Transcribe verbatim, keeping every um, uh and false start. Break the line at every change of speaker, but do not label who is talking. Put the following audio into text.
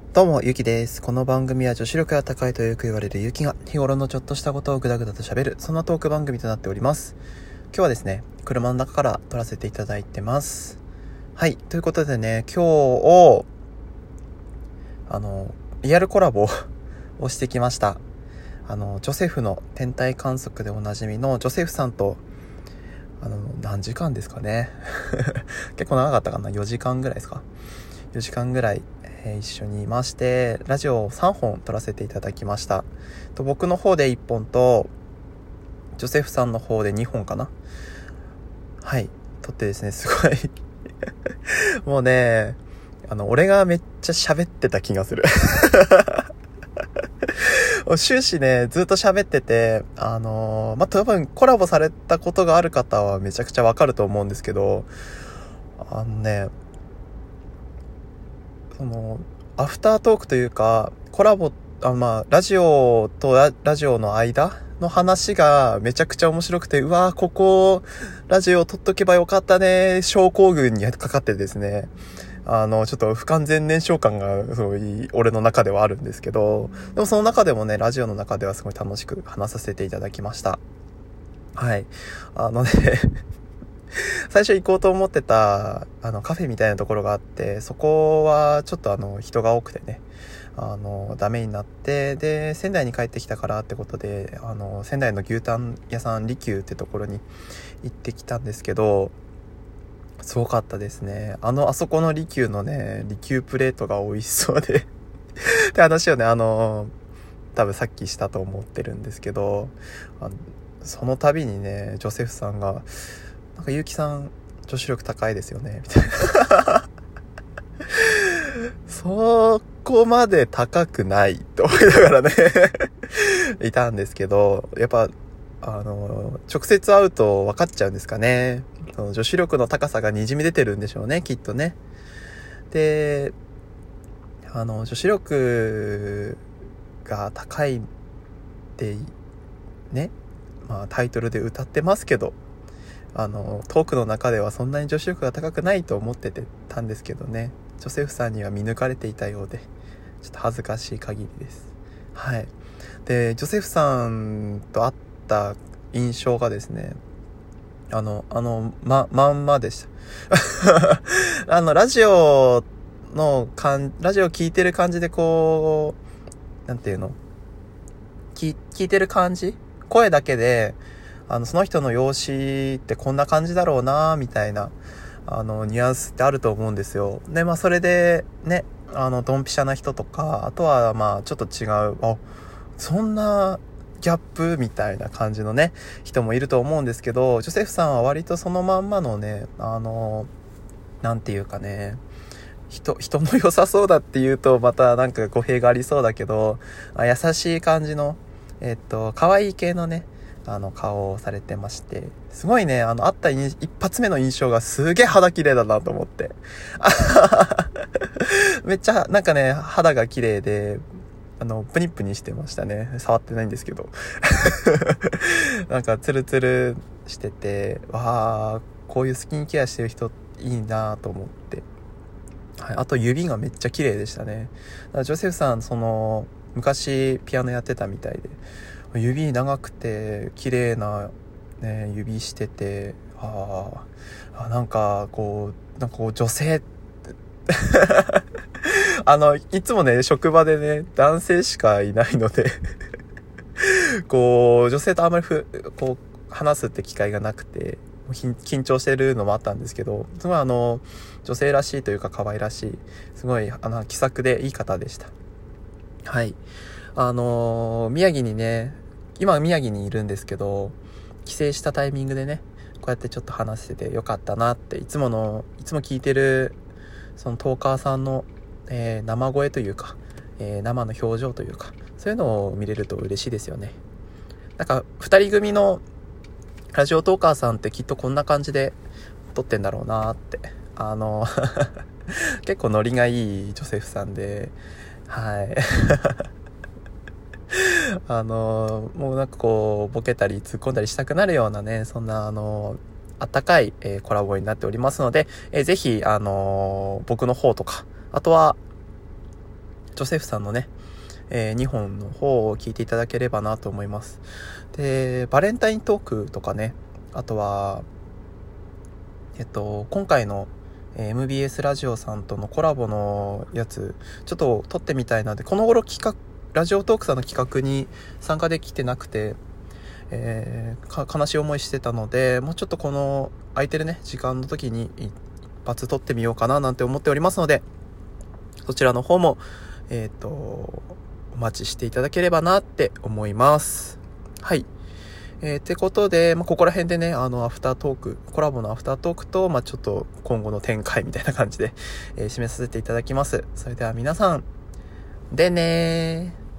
どうも、ゆきです。この番組は女子力が高いとよく言われるゆきが日頃のちょっとしたことをぐだぐだと喋る、そんなトーク番組となっております。今日はですね、車の中から撮らせていただいてます。はい、ということでね、今日、あの、リアルコラボをしてきました。あの、ジョセフの天体観測でおなじみのジョセフさんと、あの、何時間ですかね。結構長かったかな ?よじかんぐらいですか ?よ 時間ぐらい、えー、一緒にいまして、ラジオをさんぼん撮らせていただきました。と僕の方でいっぽんと、ジョセフさんの方でにほんかな。はい、撮ってですね、すごいもうね、あの、俺がめっちゃ喋ってた気がする。終始ね、ずっと喋ってて、あのー、まあ、多分コラボされたことがある方はめちゃくちゃわかると思うんですけど、あのね、その、アフタートークというか、コラボ、あまあ、ラジオとラ、ラジオの間の話がめちゃくちゃ面白くて、うわー、ここ、ラジオ撮っとけばよかったね、症候群にかかってですね、あの、ちょっと不完全燃焼感がすごい俺の中ではあるんですけど、でもその中でもね、ラジオの中ではすごい楽しく話させていただきました。はい。あのね最初行こうと思ってたあのカフェみたいなところがあって、そこはちょっとあの人が多くてね、あのダメになって、で仙台に帰ってきたからってことで、あの仙台の牛タン屋さん利休ってところに行ってきたんですけど、すごかったですね。あのあそこの利休のね、利休プレートが美味しそうでって話をね、あの多分さっきしたと思ってるんですけど、あのその度にね、ジョセフさんがなんかゆうきさん女子力高いですよねみたいなそこまで高くないと思いながらねいたんですけど、やっぱあの直接会うと分かっちゃうんですかね。その女子力の高さがにじみ出てるんでしょうね、きっとね。で、あの女子力が高いってね、まあタイトルで歌ってますけど、あのトークの中ではそんなに女子力が高くないと思っててたんですけどね、ジョセフさんには見抜かれていたようで、ちょっと恥ずかしい限りです。はい。でジョセフさんと会った印象がですね、あのあのままんまでしたあのラジオのかんラジオ聞いてる感じで、こうなんていうの、聞, 聞いてる感じ、声だけであのその人の容姿ってこんな感じだろうなみたいな、あのニュアンスってあると思うんですよ。でまあそれでね、あのドンピシャな人とか、あとはまあちょっと違う、あそんなギャップみたいな感じのね人もいると思うんですけど、ジョセフさんは割とそのまんまのね、あのなんていうかね、人人の良さそうだっていうとまたなんか語弊がありそうだけど、あ優しい感じの、えっと可愛い系のね、あの顔をされてまして、すごいね、あの会った一発目の印象がすげえ肌綺麗だなと思ってめっちゃなんかね肌が綺麗で、あのプニプニしてましたね。触ってないんですけどなんかツルツルしてて、わあこういうスキンケアしてる人いいなと思って、はい、あと指がめっちゃ綺麗でしたね。だからジョセフさんその昔ピアノやってたみたいで、指長くて綺麗な、ね、指してて、ああなんかこうなんかこう女性あのいつもね職場でね男性しかいないのでこう女性とあんまりふこう話すって機会がなくて緊張してるのもあったんですけど、すごいあの女性らしいというか可愛らしい、すごいあの気さくでいい方でした。はい。あのー、宮城にね、今宮城にいるんですけど、帰省したタイミングでね、こうやってちょっと話しててよかったなって、いつものいつも聞いてるそのトーカーさんの、えー、生声というか、えー、生の表情というか、そういうのを見れると嬉しいですよね。なんか二人組のラジオトーカーさんってきっとこんな感じで撮ってんだろうなって、あの結構ノリがいいジョセフさんで、はいあのもうなんかこうボケたり突っ込んだりしたくなるようなね、そんなあのあったかい、えー、コラボになっておりますので、えー、ぜひあの僕の方とか、あとはジョセフさんのね、えー、にほんの方を聞いていただければなと思います。で、バレンタイントークとかね、あとは、えっと、今回の エムビーエス ラジオさんとのコラボのやつ、ちょっと撮ってみたいなので、この頃企画、ラジオトークさんの企画に参加できてなくて、えー、悲しい思いしてたので、もうちょっとこの空いてるね、時間の時に一発撮ってみようかななんて思っておりますので、そちらの方も、えっと、お待ちしていただければなって思います。はい。えー、ってことで、まあ、ここら辺でね、あの、アフタートーク、コラボのアフタートークと、まあ、ちょっと今後の展開みたいな感じで、えー、締めさせていただきます。それでは皆さん、でねー。